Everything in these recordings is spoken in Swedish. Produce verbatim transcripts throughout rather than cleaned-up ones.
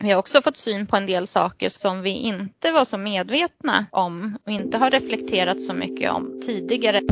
Vi har också fått syn på en del saker som vi inte var så medvetna om och inte har reflekterat så mycket om tidigare.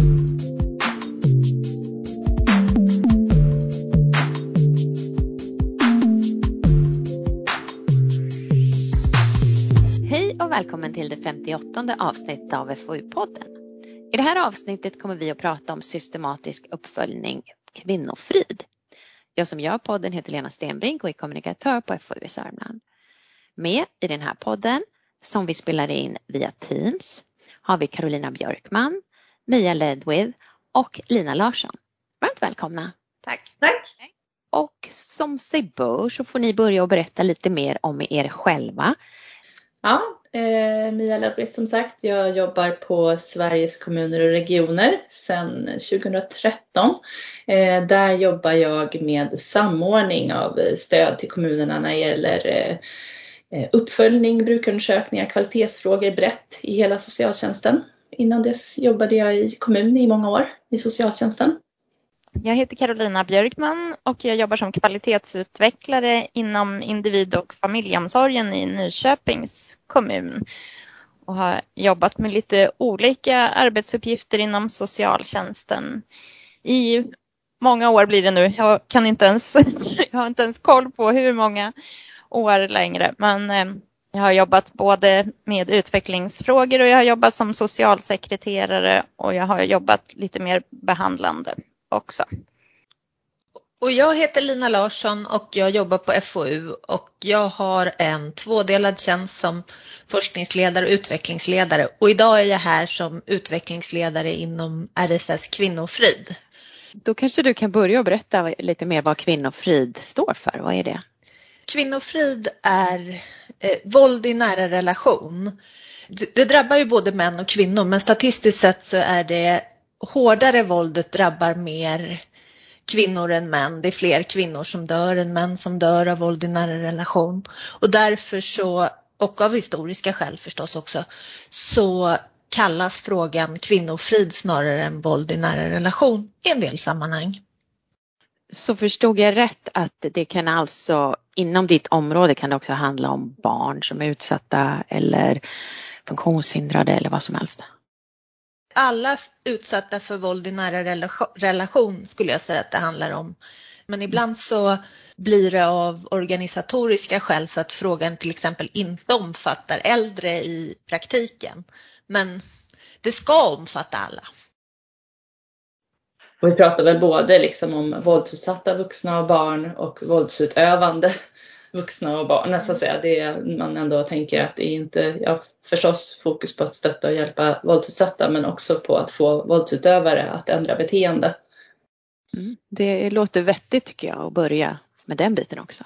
Hej och välkommen till det femtioåttonde avsnittet av F O U-podden. I det här avsnittet kommer vi att prata om systematisk uppföljning kvinnofrid. Jag som gör podden heter Lena Stenbrink och är kommunikatör på F O U i Sörmland. Med i den här podden, som vi spelar in via Teams, har vi Carolina Björkman, Mia Ledwith och Lina Larsson. Varmt välkomna. Tack. Tack. Och som sig bör så får ni börja och berätta lite mer om er själva. Ja, eh, Mia Ledwith som sagt. Jag jobbar på Sveriges kommuner och regioner sedan tjugohundratretton. Eh, där jobbar jag med samordning av stöd till kommunerna när det gäller eh, uppföljning, brukarundersökningar, kvalitetsfrågor brett i hela socialtjänsten. Innan dess jobbade jag i kommun i många år i socialtjänsten. Jag heter Carolina Björkman och jag jobbar som kvalitetsutvecklare inom individ- och familjeomsorgen i Nyköpings kommun. Och har jobbat med lite olika arbetsuppgifter inom socialtjänsten i många år blir det nu. Jag kan inte ens, jag har inte ens koll på hur många år längre. Men eh, jag har jobbat både med utvecklingsfrågor och jag har jobbat som socialsekreterare och jag har jobbat lite mer behandlande också. Och jag heter Lina Larsson och jag jobbar på F O U och jag har en tvådelad tjänst som forskningsledare och utvecklingsledare. Och idag är jag här som utvecklingsledare inom R S S Kvinnofrid. Då kanske du kan börja och berätta lite mer vad Kvinnofrid står för. Vad är det? Kvinnofrid är eh, våld i nära relation. Det, det drabbar ju både män och kvinnor, men statistiskt sett så är det hårdare våldet drabbar mer kvinnor än män. Det är fler kvinnor som dör än män som dör av våld i nära relation. Och därför så, och av historiska skäl förstås också, så kallas frågan kvinnofrid snarare än våld i nära relation i en del sammanhang. Så förstod jag rätt att det kan alltså, inom ditt område kan det också handla om barn som är utsatta eller funktionshindrade eller vad som helst? Alla utsatta för våld i nära relation skulle jag säga att det handlar om. Men ibland så blir det av organisatoriska skäl så att frågan till exempel inte omfattar äldre i praktiken. Men det ska omfatta alla. Och vi pratar väl både liksom om våldsutsatta vuxna och barn och våldsutövande vuxna och barn. Så att säga. Det är, man ändå tänker att det är inte, ja, förstås fokus på att stötta och hjälpa våldsutsatta men också på att få våldsutövare att ändra beteende. Mm, det låter vettigt tycker jag att börja med den biten också.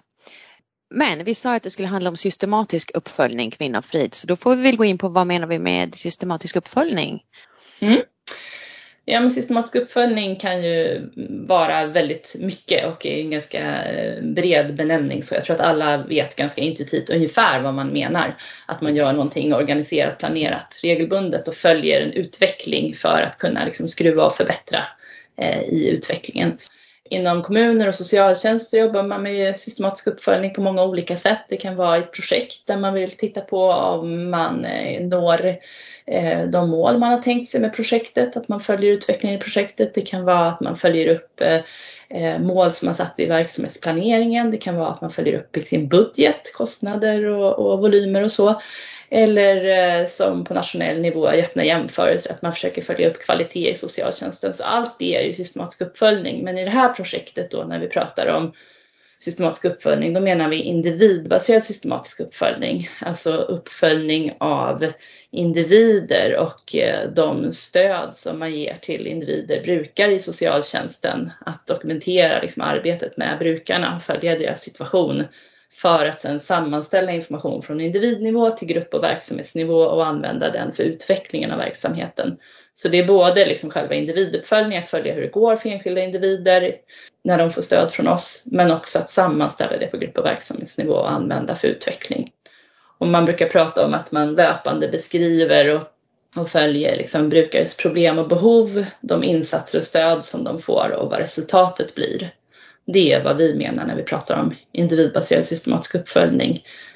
Men vi sa att det skulle handla om systematisk uppföljning kvinnofrid. Så då får vi väl gå in på vad menar vi med systematisk uppföljning? Mm. Ja, men systematisk uppföljning kan ju vara väldigt mycket och är en ganska bred benämning. Så jag tror att alla vet ganska intuitivt ungefär vad man menar. Att man gör någonting organiserat, planerat, regelbundet och följer en utveckling för att kunna liksom skruva och förbättra eh, i utvecklingen. Inom kommuner och socialtjänst jobbar man med systematisk uppföljning på många olika sätt. Det kan vara ett projekt där man vill titta på om man eh, når de mål man har tänkt sig med projektet, att man följer utvecklingen i projektet. Det kan vara att man följer upp eh, mål som man satt i verksamhetsplaneringen. Det kan vara att man följer upp i sin budget, kostnader och, och volymer och så. Eller eh, som på nationell nivå i öppna jämförelser, att man försöker följa upp kvalitet i socialtjänsten. Så allt det är ju systematisk uppföljning. Men i det här projektet då, när vi pratar om systematisk uppföljning, då menar vi individbaserad systematisk uppföljning. Alltså uppföljning av individer och de stöd som man ger till individer, brukare i socialtjänsten. Att dokumentera liksom arbetet med brukarna och följa deras situation för att sedan sammanställa information från individnivå till grupp- och verksamhetsnivå och använda den för utvecklingen av verksamheten. Så det är både liksom själva individuppföljning, att följa hur det går för enskilda individer när de får stöd från oss, men också att sammanställa det på grupp- och verksamhetsnivå och använda för utveckling. Och man brukar prata om att man löpande beskriver och, och följer liksom brukares problem och behov, de insatser och stöd som de får och vad resultatet blir. Det är vad vi menar när vi pratar om individbaserad systematisk uppföljning.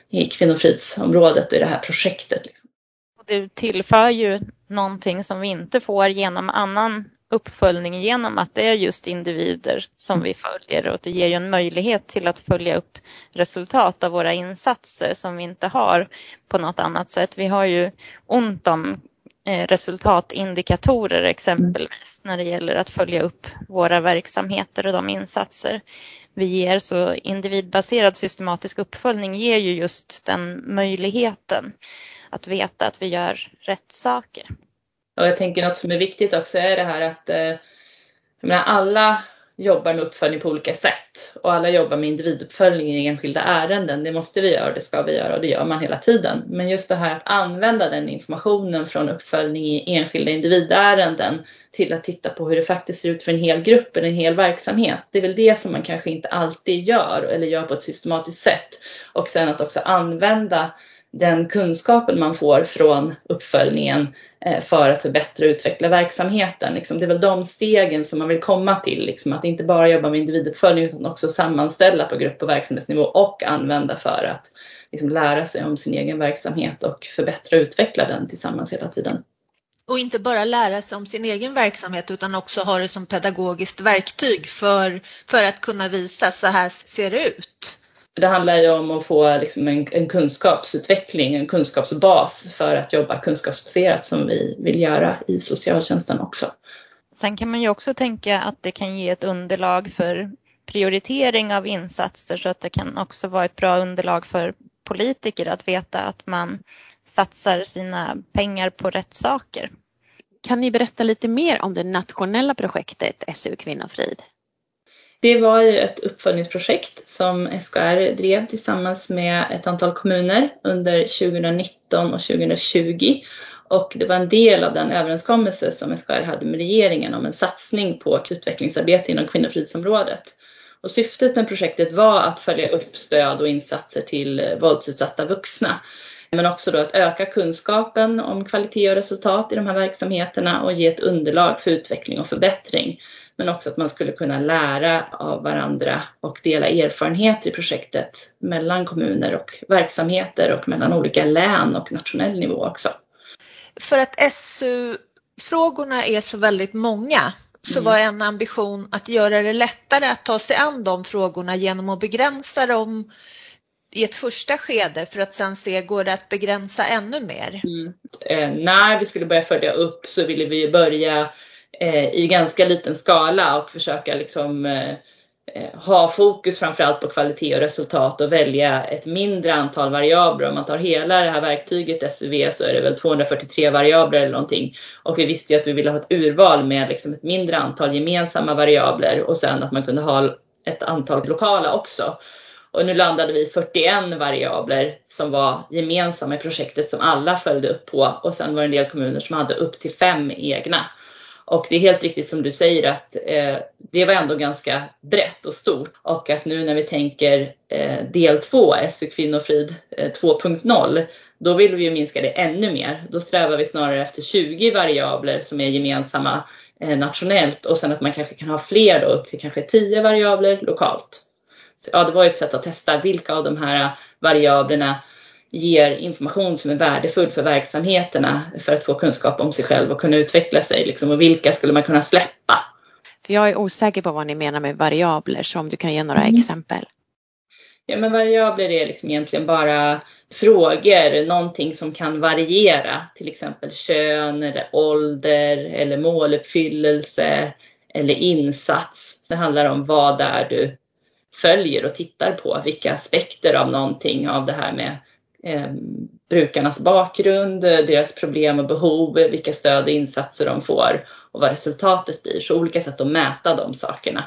i kvinnofridsområdet och i det här projektet. Liksom. Det tillför ju någonting som vi inte får genom annan uppföljning, genom att det är just individer som vi följer, och det ger ju en möjlighet till att följa upp resultat av våra insatser som vi inte har på något annat sätt. Vi har ju ont om resultatindikatorer exempelvis när det gäller att följa upp våra verksamheter och de insatser vi ger, så individbaserad systematisk uppföljning ger ju just den möjligheten att veta att vi gör rätt saker. Och jag tänker något som är viktigt också är det här att eh, jag menar, alla jobbar med uppföljning på olika sätt och alla jobbar med individuppföljning i enskilda ärenden. Det måste vi göra, det ska vi göra och det gör man hela tiden. Men just det här att använda den informationen från uppföljning i enskilda individärenden till att titta på hur det faktiskt ser ut för en hel grupp eller en hel verksamhet. Det är väl det som man kanske inte alltid gör eller gör på ett systematiskt sätt. Och sen att också använda den kunskapen man får från uppföljningen för att förbättra och utveckla verksamheten. Det är väl de stegen som man vill komma till. Att inte bara jobba med individuppföljning utan också sammanställa på grupp- och verksamhetsnivå och använda för att lära sig om sin egen verksamhet och förbättra och utveckla den tillsammans hela tiden. Och inte bara lära sig om sin egen verksamhet utan också ha det som pedagogiskt verktyg för, för att kunna visa så här ser det ut. Det handlar ju om att få liksom en, en kunskapsutveckling, en kunskapsbas för att jobba kunskapsbaserat som vi vill göra i socialtjänsten också. Sen kan man ju också tänka att det kan ge ett underlag för prioritering av insatser, så att det kan också vara ett bra underlag för politiker att veta att man satsar sina pengar på rätt saker. Kan ni berätta lite mer om det nationella projektet S U Kvinnofrid? Det var ju ett uppföljningsprojekt som S K R drev tillsammans med ett antal kommuner under tjugonitton och tjugotjugo. Och det var en del av den överenskommelse som S K R hade med regeringen om en satsning på utvecklingsarbete inom kvinnofridsområdet. Och syftet med projektet var att följa upp stöd och insatser till våldsutsatta vuxna. Men också då att öka kunskapen om kvalitet och resultat i de här verksamheterna och ge ett underlag för utveckling och förbättring. Men också att man skulle kunna lära av varandra och dela erfarenheter i projektet mellan kommuner och verksamheter och mellan olika län och nationell nivå också. För att S U-frågorna är så väldigt många så var en ambition att göra det lättare att ta sig an de frågorna genom att begränsa dem i ett första skede för att sen se, går det att begränsa ännu mer? Mm. Eh, när vi skulle börja följa upp så ville vi börja eh, i ganska liten skala och försöka liksom eh, ha fokus framförallt på kvalitet och resultat och välja ett mindre antal variabler. Om man tar hela det här verktyget S U V så är det väl tvåhundrafyrtiotre variabler eller någonting. Och vi visste ju att vi ville ha ett urval med liksom ett mindre antal gemensamma variabler och sen att man kunde ha ett antal lokala också. Och nu landade vi fyrtioen variabler som var gemensamma i projektet som alla följde upp på. Och sen var det en del kommuner som hade upp till fem egna. Och det är helt riktigt som du säger att eh, det var ändå ganska brett och stort. Och att nu när vi tänker eh, del två, S U Kvinnofrid eh, två punkt noll, då vill vi ju minska det ännu mer. Då strävar vi snarare efter tjugo variabler som är gemensamma eh, nationellt. Och sen att man kanske kan ha fler då, upp till kanske tio variabler lokalt. Ja, det var ett sätt att testa vilka av de här variablerna ger information som är värdefull för verksamheterna för att få kunskap om sig själv och kunna utveckla sig. Liksom, och vilka skulle man kunna släppa? För jag är osäker på vad ni menar med variabler, så om du kan ge några mm. exempel. Ja, men variabler är liksom egentligen bara frågor, någonting som kan variera. Till exempel kön eller ålder eller måluppfyllelse eller insats. Det handlar om vad där du följer och tittar på, vilka aspekter av någonting av det här med eh, brukarnas bakgrund, deras problem och behov, vilka stöd och insatser de får och vad resultatet blir. Så olika sätt att mäta de sakerna.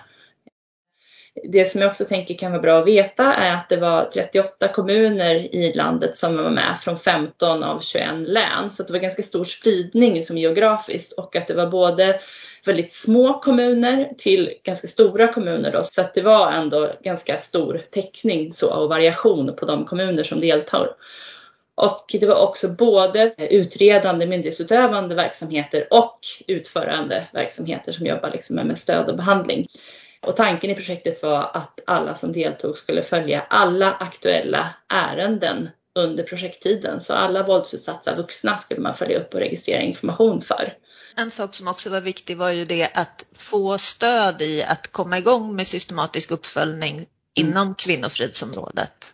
Det som jag också tänker kan vara bra att veta är att det var trettioåtta kommuner i landet som var med från femton av tjugoett län. Så det var ganska stor spridning som geografiskt och att det var både väldigt små kommuner till ganska stora kommuner då. Så att det var ändå ganska stor täckning så, och variation på de kommuner som deltar. Och det var också både utredande, myndighetsutövande verksamheter och utförande verksamheter som jobbar liksom med stöd och behandling. Och tanken i projektet var att alla som deltog skulle följa alla aktuella ärenden under projekttiden. Så alla våldsutsatta vuxna skulle man följa upp och registrera information för. En sak som också var viktig var ju det att få stöd i att komma igång med systematisk uppföljning inom kvinnofridsområdet.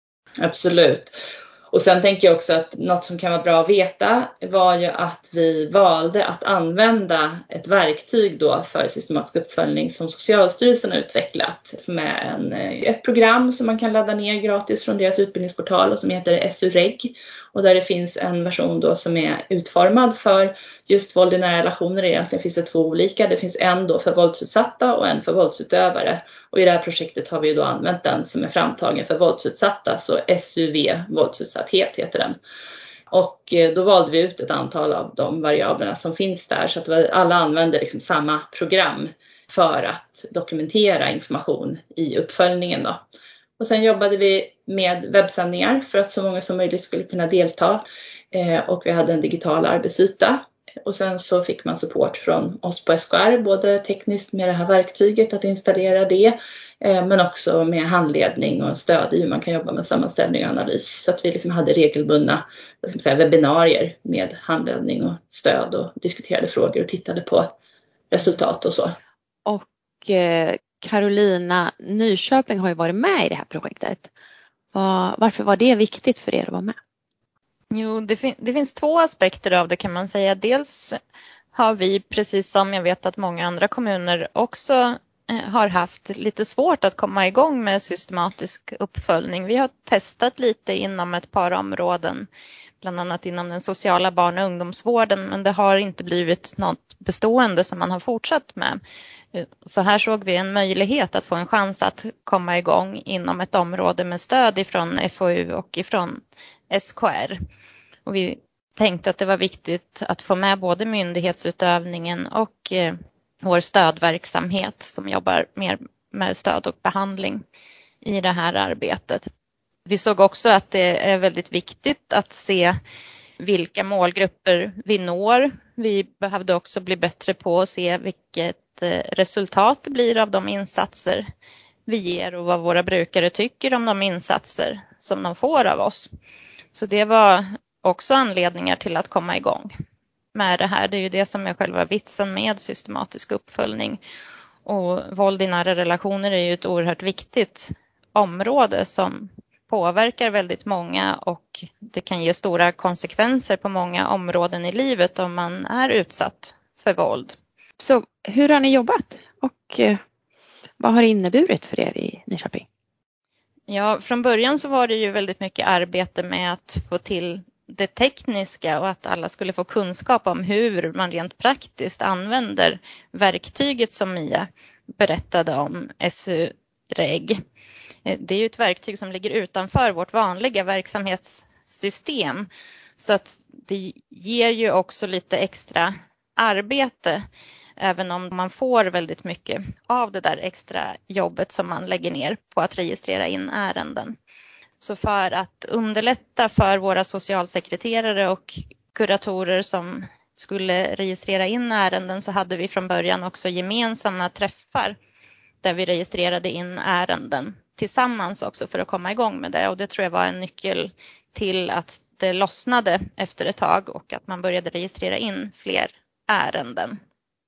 Absolut. Och sen tänker jag också att något som kan vara bra att veta var ju att vi valde att använda ett verktyg då för systematisk uppföljning som Socialstyrelsen har utvecklat. Som är en, ett program som man kan ladda ner gratis från deras utbildningsportal och som heter S U R E G. Och där det finns en version då som är utformad för just våld i nära relationer. Egentligen finns det två olika. Det finns en då för våldsutsatta och en för våldsutövare. Och i det här projektet har vi ju då använt den som är framtagen för våldsutsatta. Så S U V, våldsutsatthet heter den. Och då valde vi ut ett antal av de variablerna som finns där. Så att alla använder liksom samma program för att dokumentera information i uppföljningen då. Och sen jobbade vi med webbsändningar för att så många som möjligt skulle kunna delta. Eh, och vi hade en digital arbetsyta. Och sen så fick man support från oss på S K R, både tekniskt med det här verktyget att installera det. Eh, men också med handledning och stöd i hur man kan jobba med sammanställning och analys. Så att vi liksom hade regelbundna vad ska man säga, webbinarier med handledning och stöd och diskuterade frågor och tittade på resultat och så. Och eh... Carolina, Nyköping har ju varit med i det här projektet. Var, varför var det viktigt för er att vara med? Jo, det, fin- det finns två aspekter av det kan man säga. Dels har vi, precis som jag vet att många andra kommuner också eh, har haft lite svårt att komma igång med systematisk uppföljning. Vi har testat lite inom ett par områden, bland annat inom den sociala barn- och ungdomsvården, men det har inte blivit något bestående som man har fortsatt med. Så här såg vi en möjlighet att få en chans att komma igång inom ett område med stöd ifrån F O U och ifrån S K R. Och vi tänkte att det var viktigt att få med både myndighetsutövningen och eh, vår stödverksamhet som jobbar mer med stöd och behandling i det här arbetet. Vi såg också att det är väldigt viktigt att se vilka målgrupper vi når. Vi behövde också bli bättre på att se vilket resultat det blir av de insatser vi ger och vad våra brukare tycker om de insatser som de får av oss. Så det var också anledningar till att komma igång med det här. Det är ju det som är själva vitsen med systematisk uppföljning. Och våld i nära relationer är ju ett oerhört viktigt område som påverkar väldigt många och det kan ge stora konsekvenser på många områden i livet om man är utsatt för våld. Så hur har ni jobbat och eh, vad har det inneburit för er i Nyköping? Ja, från början så var det ju väldigt mycket arbete med att få till det tekniska och att alla skulle få kunskap om hur man rent praktiskt använder verktyget som Mia berättade om, S U R E G. Det är ju ett verktyg som ligger utanför vårt vanliga verksamhetssystem så att det ger ju också lite extra arbete även om man får väldigt mycket av det där extra jobbet som man lägger ner på att registrera in ärenden. Så för att underlätta för våra socialsekreterare och kuratorer som skulle registrera in ärenden så hade vi från början också gemensamma träffar där vi registrerade in ärenden tillsammans också för att komma igång med det. Och det tror jag var en nyckel till att det lossnade efter ett tag och att man började registrera in fler ärenden.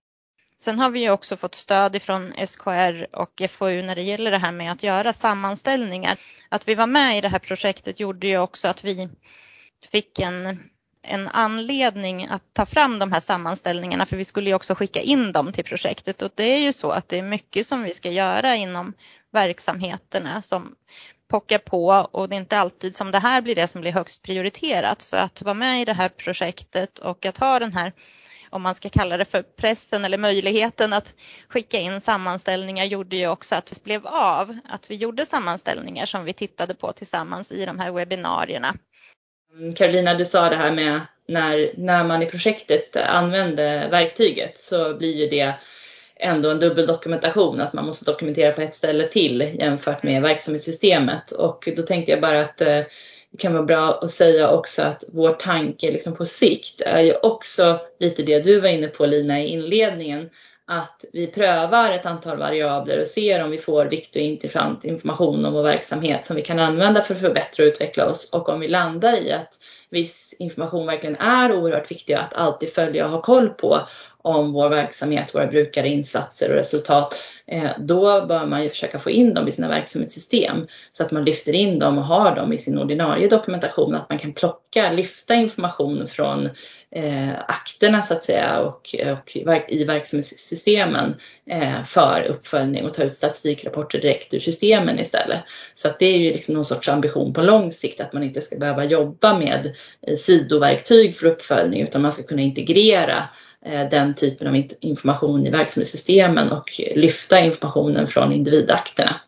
Sen har vi ju också fått stöd ifrån S K R och F O U när det gäller det här med att göra sammanställningar. Att vi var med i det här projektet gjorde ju också att vi fick en, en anledning att ta fram de här sammanställningarna, för vi skulle ju också skicka in dem till projektet. Och det är ju så att det är mycket som vi ska göra inom verksamheterna som pockar på, och det är inte alltid som det här blir det som blir högst prioriterat. Så att vara med i det här projektet och att ha den här, om man ska kalla det för pressen eller möjligheten att skicka in sammanställningar, gjorde ju också att det blev av. Att vi gjorde sammanställningar som vi tittade på tillsammans i de här webbinarierna. Carolina, du sa det här med när, när man i projektet använder verktyget så blir ju det ändå en dubbel dokumentation, att man måste dokumentera på ett ställe till jämfört med verksamhetssystemet. Och då tänkte jag bara att eh, det kan vara bra att säga också att vår tanke liksom på sikt är ju också lite det du var inne på, Lina, i inledningen. att vi prövar ett antal variabler och ser om vi får viktig och intressant information om vår verksamhet som vi kan använda för att förbättra och utveckla oss. Och om vi landar i att viss information verkligen är oerhört viktig att alltid följa och ha koll på om vår verksamhet, våra brukare, insatser och resultat, då bör man ju försöka få in dem i sina verksamhetssystem så att man lyfter in dem och har dem i sin ordinarie dokumentation, att man kan plocka, lyfta information från eh, akterna så att säga och, och i verksamhetssystemen eh, för uppföljning och ta ut statistikrapporter direkt ur systemen istället. Så att det är ju liksom någon sorts ambition på lång sikt att man inte ska behöva jobba med eh, sidoverktyg för uppföljning, utan man ska kunna integrera den typen av information i verksamhetssystemen och lyfta informationen från individakterna.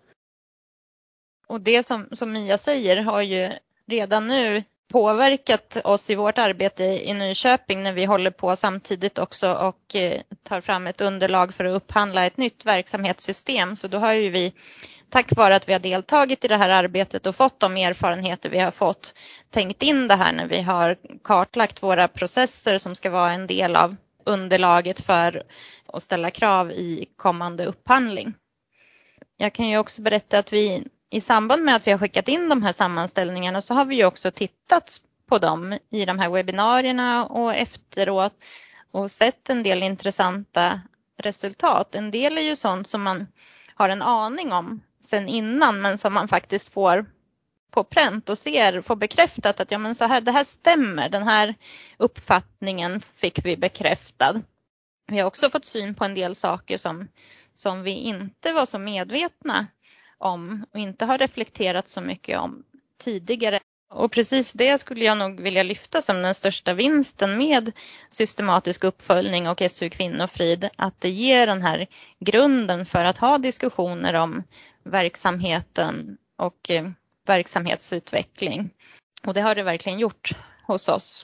Och det som, som Mia säger har ju redan nu påverkat oss i vårt arbete i Nyköping när vi håller på samtidigt också och tar fram ett underlag för att upphandla ett nytt verksamhetssystem. Så då har ju vi, tack vare att vi har deltagit i det här arbetet och fått de erfarenheter vi har fått, tänkt in det här när vi har kartlagt våra processer som ska vara en del av underlaget för att ställa krav i kommande upphandling. Jag kan ju också berätta att vi i samband med att vi har skickat in de här sammanställningarna så har vi ju också tittat på dem i de här webbinarierna och efteråt och sett en del intressanta resultat. En del är ju sånt som man har en aning om sen innan men som man faktiskt får på pränt och ser, får bekräftat att ja, men så här, det här stämmer, den här uppfattningen fick vi bekräftad. Vi har också fått syn på en del saker som, som vi inte var så medvetna om och inte har reflekterat så mycket om tidigare. Och precis det skulle jag nog vilja lyfta som den största vinsten med systematisk uppföljning och S U Kvinnofrid, att det ger den här grunden för att ha diskussioner om verksamheten och verksamhetsutveckling. Och det har det verkligen gjort hos oss.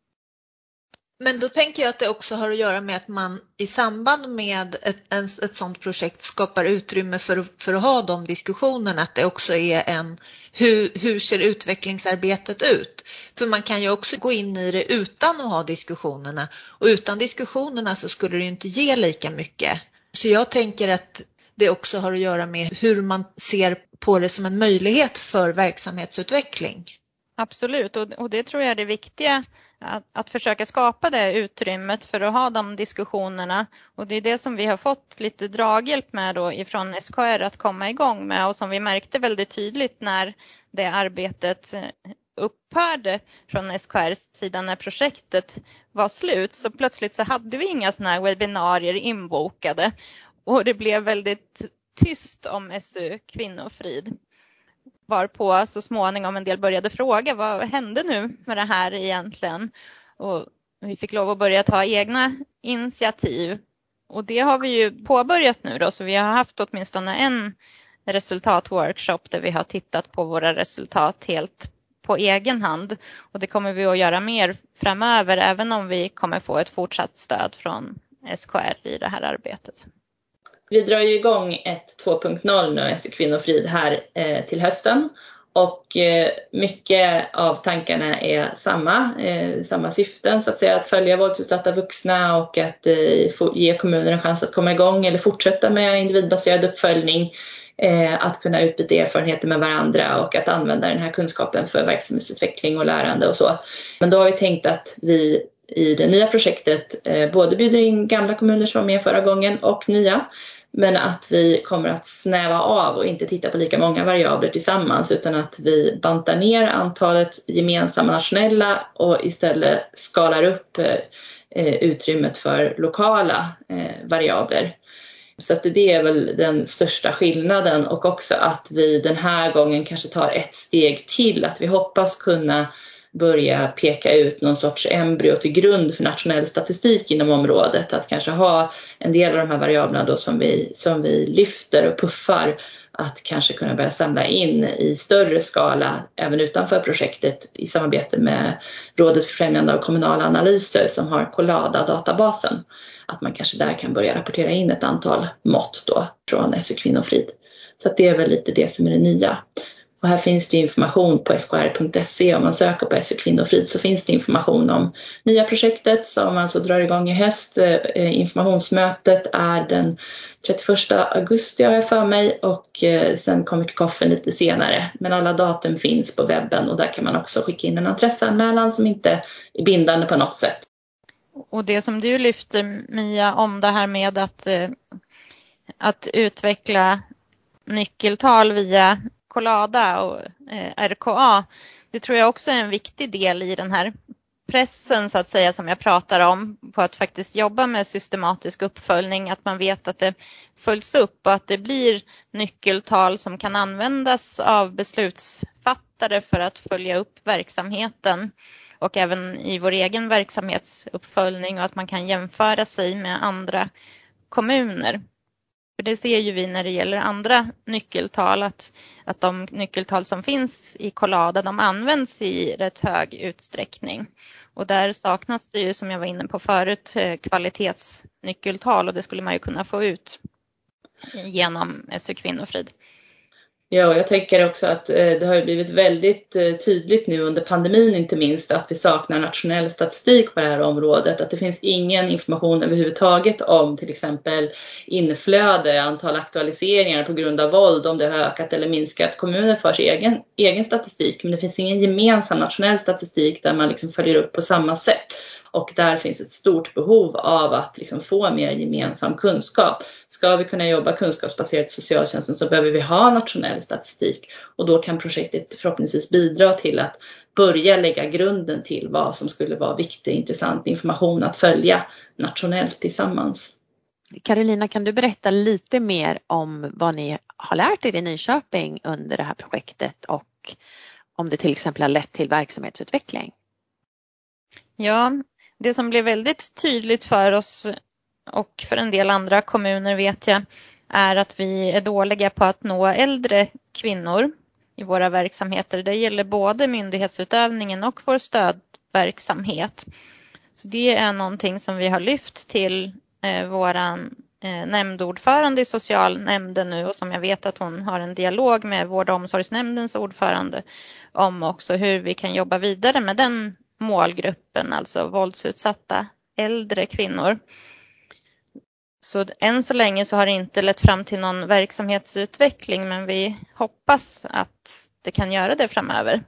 Men då tänker jag att det också har att göra med att man i samband med ett, ett, ett sådant projekt skapar utrymme för, för att ha de diskussionerna. Att det också är en, hur, hur ser utvecklingsarbetet ut? För man kan ju också gå in i det utan att ha diskussionerna. Och utan diskussionerna så skulle det ju inte ge lika mycket. Så jag tänker att det också har att göra med hur man ser på det som en möjlighet för verksamhetsutveckling. Absolut, och, och det tror jag är det viktiga, att, att försöka skapa det utrymmet för att ha de diskussionerna. Och det är det som vi har fått lite draghjälp med då ifrån S K R att komma igång med, och som vi märkte väldigt tydligt när det arbetet upphörde från S K R:s sida när projektet var slut. Så plötsligt så hade vi inga såna här webbinarier inbokade. Och det blev väldigt tyst om S U Kvinnofrid. Varpå så småningom en del började fråga, vad hände nu med det här egentligen? Och vi fick lov att börja ta egna initiativ. Och det har vi ju påbörjat nu då, så vi har haft åtminstone en resultatworkshop där vi har tittat på våra resultat helt på egen hand. Och det kommer vi att göra mer framöver, även om vi kommer få ett fortsatt stöd från S K R i det här arbetet. Vi drar ju igång ett två punkt noll nu, S U Kvinnofrid, här eh, till hösten. Och eh, mycket av tankarna är samma, eh, samma syften, så att säga, att följa våldsutsatta vuxna och att eh, få, ge kommuner en chans att komma igång eller fortsätta med individbaserad uppföljning. Eh, att kunna utbyta erfarenheter med varandra och att använda den här kunskapen för verksamhetsutveckling och lärande och så. Men då har vi tänkt att vi i det nya projektet eh, både bjuder in gamla kommuner som var med förra gången och nya. Men att vi kommer att snäva av och inte titta på lika många variabler tillsammans, utan att vi bantar ner antalet gemensamma nationella och istället skalar upp eh, utrymmet för lokala eh, variabler. Så att det är väl den största skillnaden, och också att vi den här gången kanske tar ett steg till, att vi hoppas kunna börja peka ut någon sorts embryo till grund för nationell statistik inom området. Att kanske ha en del av de här variablerna då som vi, som vi lyfter och puffar, att kanske kunna börja samla in i större skala även utanför projektet i samarbete med Rådet för främjande av kommunala analyser som har Collada-databasen. Att man kanske där kan börja rapportera in ett antal mått då från S U Kvinnofrid. Så att det är väl lite det som är det nya. Och här finns det information på s k r punkt se. Om man söker på S U Kvinnofrid så finns det information om nya projektet som alltså drar igång i höst. Eh, informationsmötet är den trettioförsta augusti har jag för mig, och eh, sen kommer kickoffen lite senare. Men alla datum finns på webben och där kan man också skicka in en intresseanmälan som inte är bindande på något sätt. Och det som du lyfter, Mia, om det här med att, eh, att utveckla nyckeltal via Collada och eh, R K A, det tror jag också är en viktig del i den här pressen så att säga som jag pratar om, på att faktiskt jobba med systematisk uppföljning, att man vet att det följs upp och att det blir nyckeltal som kan användas av beslutsfattare för att följa upp verksamheten och även i vår egen verksamhetsuppföljning, och att man kan jämföra sig med andra kommuner. För det ser ju vi när det gäller andra nyckeltal, att, att de nyckeltal som finns i Collada, de används i rätt hög utsträckning. Och där saknas det ju, som jag var inne på förut, kvalitetsnyckeltal, och det skulle man ju kunna få ut genom S U Kvinnofrid. Ja, och jag tänker också att det har blivit väldigt tydligt nu under pandemin inte minst att vi saknar nationell statistik på det här området. Att det finns ingen information överhuvudtaget om till exempel inflöde, antal aktualiseringar på grund av våld, om det har ökat eller minskat. Kommuner för sin egen, egen statistik, men det finns ingen gemensam nationell statistik där man liksom följer upp på samma sätt. Och där finns ett stort behov av att liksom få mer gemensam kunskap. Ska vi kunna jobba kunskapsbaserat i socialtjänsten så behöver vi ha nationell statistik. Och då kan projektet förhoppningsvis bidra till att börja lägga grunden till vad som skulle vara viktig, intressant information att följa nationellt tillsammans. Carolina, kan du berätta lite mer om vad ni har lärt er i Nyköping under det här projektet och om det till exempel har lett till verksamhetsutveckling? Ja, det som blev väldigt tydligt för oss och för en del andra kommuner vet jag är att vi är dåliga på att nå äldre kvinnor i våra verksamheter. Det gäller både myndighetsutövningen och vår stödverksamhet. Så det är någonting som vi har lyft till eh, våran eh, nämndordförande i socialnämnden nu, och som jag vet att hon har en dialog med vård- och omsorgsnämndens ordförande om också hur vi kan jobba vidare med den målgruppen, alltså våldsutsatta äldre kvinnor. Så än så länge så har det inte lett fram till någon verksamhetsutveckling, men vi hoppas att det kan göra det framöver.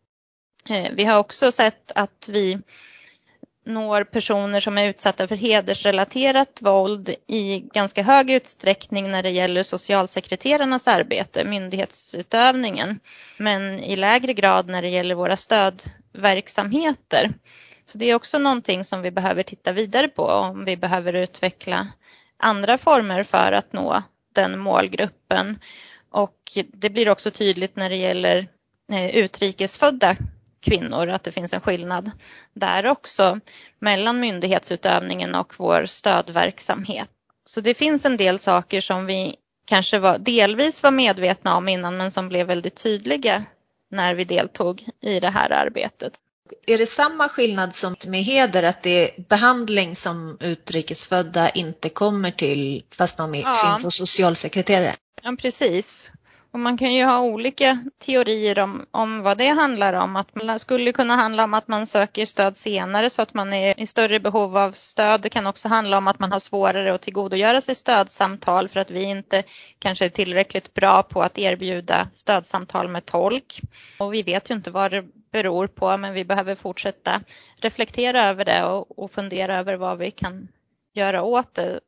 Vi har också sett att vi når personer som är utsatta för hedersrelaterat våld i ganska hög utsträckning när det gäller socialsekreterarnas arbete, myndighetsutövningen, men i lägre grad när det gäller våra stödverksamheter. Så det är också någonting som vi behöver titta vidare på, om vi behöver utveckla andra former för att nå den målgruppen. Och det blir också tydligt när det gäller utrikesfödda kvinnor att det finns en skillnad där också mellan myndighetsutövningen och vår stödverksamhet. Så det finns en del saker som vi kanske var, delvis var medvetna om innan, men som blev väldigt tydliga när vi deltog i det här arbetet. Är det samma skillnad som med heder, att det är behandling som utrikesfödda inte kommer till fast de ja. finns hos socialsekreterare? Ja, precis. Och man kan ju ha olika teorier om, om vad det handlar om. Att man skulle kunna handla om att man söker stöd senare så att man är i större behov av stöd. Det kan också handla om att man har svårare att tillgodogöra sig stödsamtal för att vi inte kanske är tillräckligt bra på att erbjuda stödsamtal med tolk. Och vi vet ju inte vad det beror på, men vi behöver fortsätta reflektera över det och, och fundera över vad vi kan göra åt det.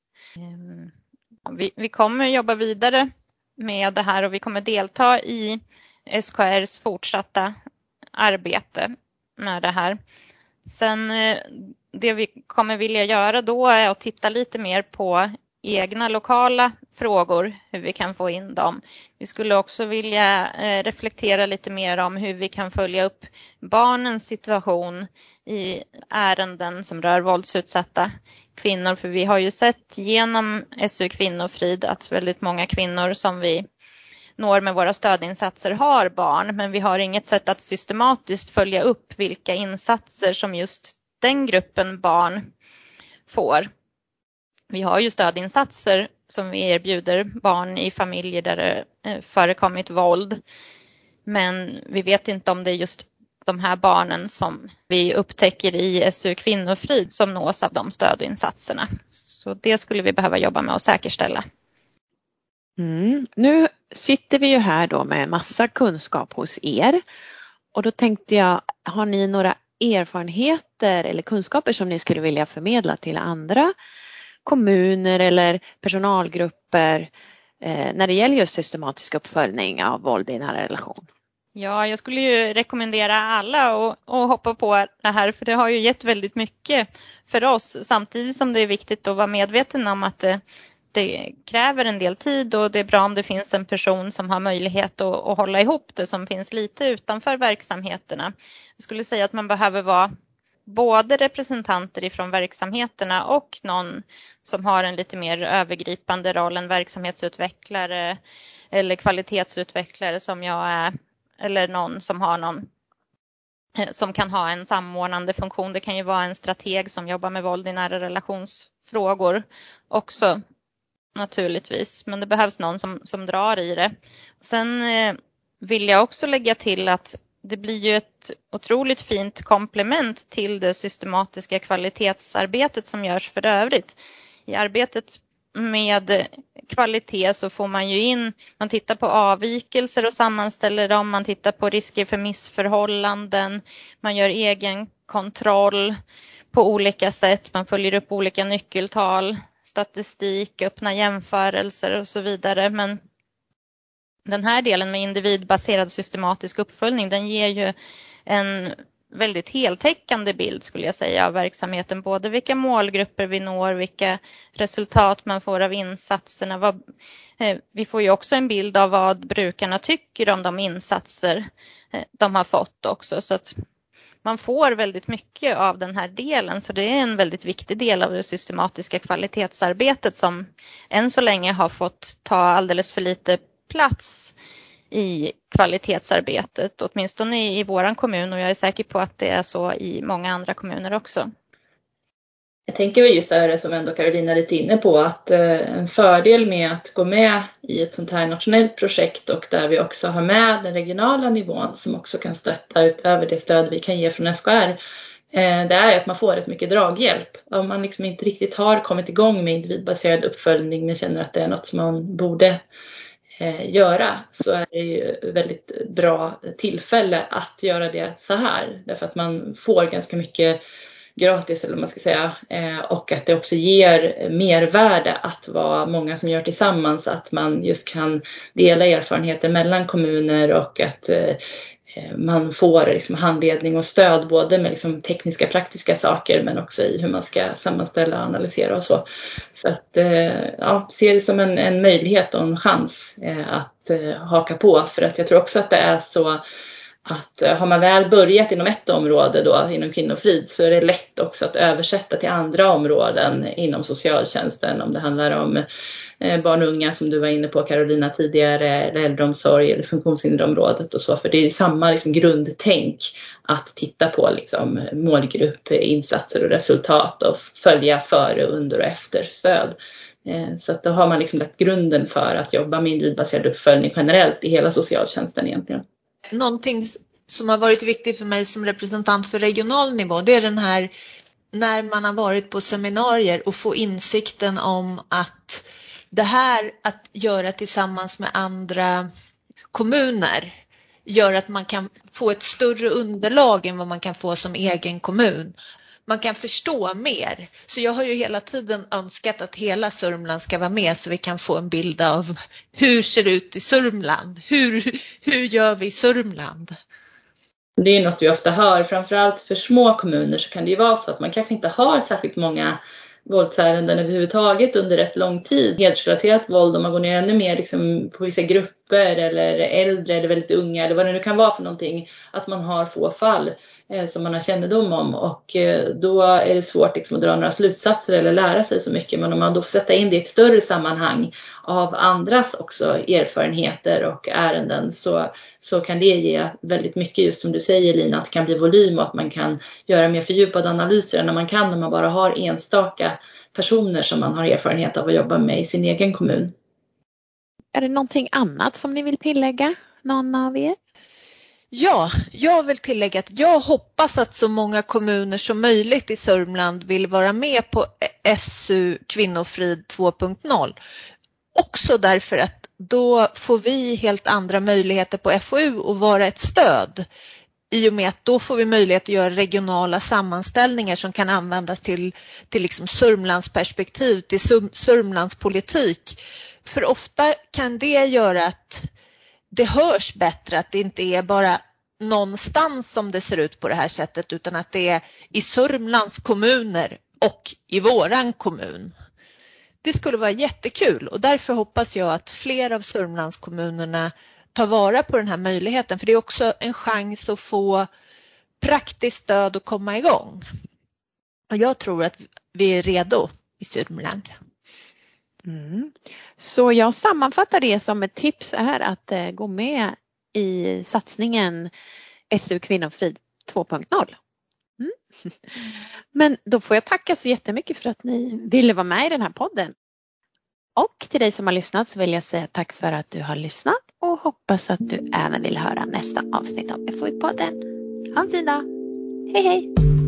Vi, vi kommer jobba vidare med det här och vi kommer delta i S K R:s fortsatta arbete med det här. Sen det vi kommer vilja göra då är att titta lite mer på egna lokala frågor, hur vi kan få in dem. Vi skulle också vilja reflektera lite mer om hur vi kan följa upp barnens situation i ärenden som rör våldsutsatta kvinnor. För vi har ju sett genom S U Kvinnofrid att väldigt många kvinnor som vi når med våra stödinsatser har barn. Men vi har inget sätt att systematiskt följa upp vilka insatser som just den gruppen barn får. Vi har ju stödinsatser som vi erbjuder barn i familjer där det förekommit våld. Men vi vet inte om det är just de här barnen som vi upptäcker i S U Kvinnofrid som nås av de stödinsatserna. Så det skulle vi behöva jobba med att säkerställa. Mm. Nu sitter vi ju här då med massa kunskap hos er. Och då tänkte jag, har ni några erfarenheter eller kunskaper som ni skulle vilja förmedla till andra kommuner eller personalgrupper eh, när det gäller just systematisk uppföljning av våld i nära relation? Ja, jag skulle ju rekommendera alla att, att hoppa på det här, för det har ju gett väldigt mycket för oss. Samtidigt som det är viktigt att vara medveten om att det, det kräver en del tid, och det är bra om det finns en person som har möjlighet att, att hålla ihop det, som finns lite utanför verksamheterna. Jag skulle säga att man behöver vara både representanter ifrån verksamheterna och någon som har en lite mer övergripande roll, en verksamhetsutvecklare eller kvalitetsutvecklare som jag är, eller någon som har någon som kan ha en samordnande funktion. Det kan ju vara en strateg som jobbar med våld i nära relationsfrågor också naturligtvis, men det behövs någon som, som drar i det. Sen eh, vill jag också lägga till att det blir ju ett otroligt fint komplement till det systematiska kvalitetsarbetet som görs för övrigt. I arbetet med kvalitet så får man ju in, man tittar på avvikelser och sammanställer dem, man tittar på risker för missförhållanden, man gör egen kontroll på olika sätt, man följer upp olika nyckeltal, statistik, öppna jämförelser och så vidare. Men den här delen med individbaserad systematisk uppföljning, den ger ju en väldigt heltäckande bild skulle jag säga av verksamheten. Både vilka målgrupper vi når, vilka resultat man får av insatserna. Vad, eh, vi får ju också en bild av vad brukarna tycker om de insatser eh, de har fått också. Så att man får väldigt mycket av den här delen. Så det är en väldigt viktig del av det systematiska kvalitetsarbetet som än så länge har fått ta alldeles för lite plats i kvalitetsarbetet, åtminstone i våran kommun, och jag är säker på att det är så i många andra kommuner också. Jag tänker väl just det här som ändå Carolina är lite inne på, att eh, en fördel med att gå med i ett sånt här nationellt projekt, och där vi också har med den regionala nivån som också kan stötta utöver det stöd vi kan ge från S K R, eh, det är att man får rätt mycket draghjälp. Om man liksom inte riktigt har kommit igång med individbaserad uppföljning men känner att det är något som man borde göra, så är det ju väldigt bra tillfälle att göra det så här. Därför att man får ganska mycket gratis, eller vad man ska säga. Och att det också ger mervärde att vara många som gör tillsammans. Att man just kan dela erfarenheter mellan kommuner, och att man får liksom handledning och stöd både med liksom tekniska praktiska saker, men också i hur man ska sammanställa och analysera och så. Så att ja, se det som en, en möjlighet och en chans att haka på, för att jag tror också att det är så att har man väl börjat inom ett område då, inom kvinnofrid, så är det lätt också att översätta till andra områden inom socialtjänsten, om det handlar om barn och unga som du var inne på Carolina tidigare, eller äldreomsorg eller funktionshinderområdet och så, för det är samma liksom grundtänk att titta på liksom målgrupp, insatser och resultat och följa före, under och efter stöd. Så att då har man liksom lagt grunden för att jobba med individbaserad uppföljning generellt i hela socialtjänsten egentligen. Någonting som har varit viktigt för mig som representant för regional nivå, det är den här när man har varit på seminarier och få insikten om att det här att göra tillsammans med andra kommuner gör att man kan få ett större underlag än vad man kan få som egen kommun. Man kan förstå mer. Så jag har ju hela tiden önskat att hela Sörmland ska vara med, så vi kan få en bild av hur ser det ut i Sörmland. Hur, hur gör vi i Sörmland? Det är något vi ofta hör, framförallt för små kommuner så kan det ju vara så att man kanske inte har särskilt många våldsärenden överhuvudtaget under rätt lång tid. Hedersrelaterat våld, om man går ner ännu mer liksom på vissa grupper eller äldre eller väldigt unga eller vad det nu kan vara för någonting, att man har få fall eh, som man har kännedom om, och eh, då är det svårt liksom att dra några slutsatser eller lära sig så mycket. Men om man då får sätta in det i ett större sammanhang av andras också erfarenheter och ärenden, så, så kan det ge väldigt mycket, just som du säger Lina, att det kan bli volym och att man kan göra mer fördjupade analyser än när man kan när man bara har enstaka personer som man har erfarenhet av att jobba med i sin egen kommun. Är det någonting annat som ni vill tillägga, någon av er? Ja, jag vill tillägga att jag hoppas att så många kommuner som möjligt i Sörmland vill vara med på S U Kvinnofrid två punkt noll. Också därför att då får vi helt andra möjligheter på F O U att vara ett stöd. I och med att då får vi möjlighet att göra regionala sammanställningar som kan användas till, till liksom Sörmlands perspektiv, till Sörmlands politik. För ofta kan det göra att det hörs bättre, att det inte är bara någonstans som det ser ut på det här sättet, utan att det är i Sörmlands kommuner och i våran kommun. Det skulle vara jättekul och därför hoppas jag att fler av Sörmlands kommunerna tar vara på den här möjligheten, för det är också en chans att få praktiskt stöd och komma igång. Och jag tror att vi är redo i Sörmland. Mm. Så jag sammanfattar det som ett tips är att eh, gå med i satsningen S U Kvinnofrid två punkt noll. Mm. Men då får jag tacka så jättemycket för att ni ville vara med i den här podden. Och till dig som har lyssnat så vill jag säga tack för att du har lyssnat och hoppas att du även vill höra nästa avsnitt av F O U-podden. Ha en fin dag. Hej hej!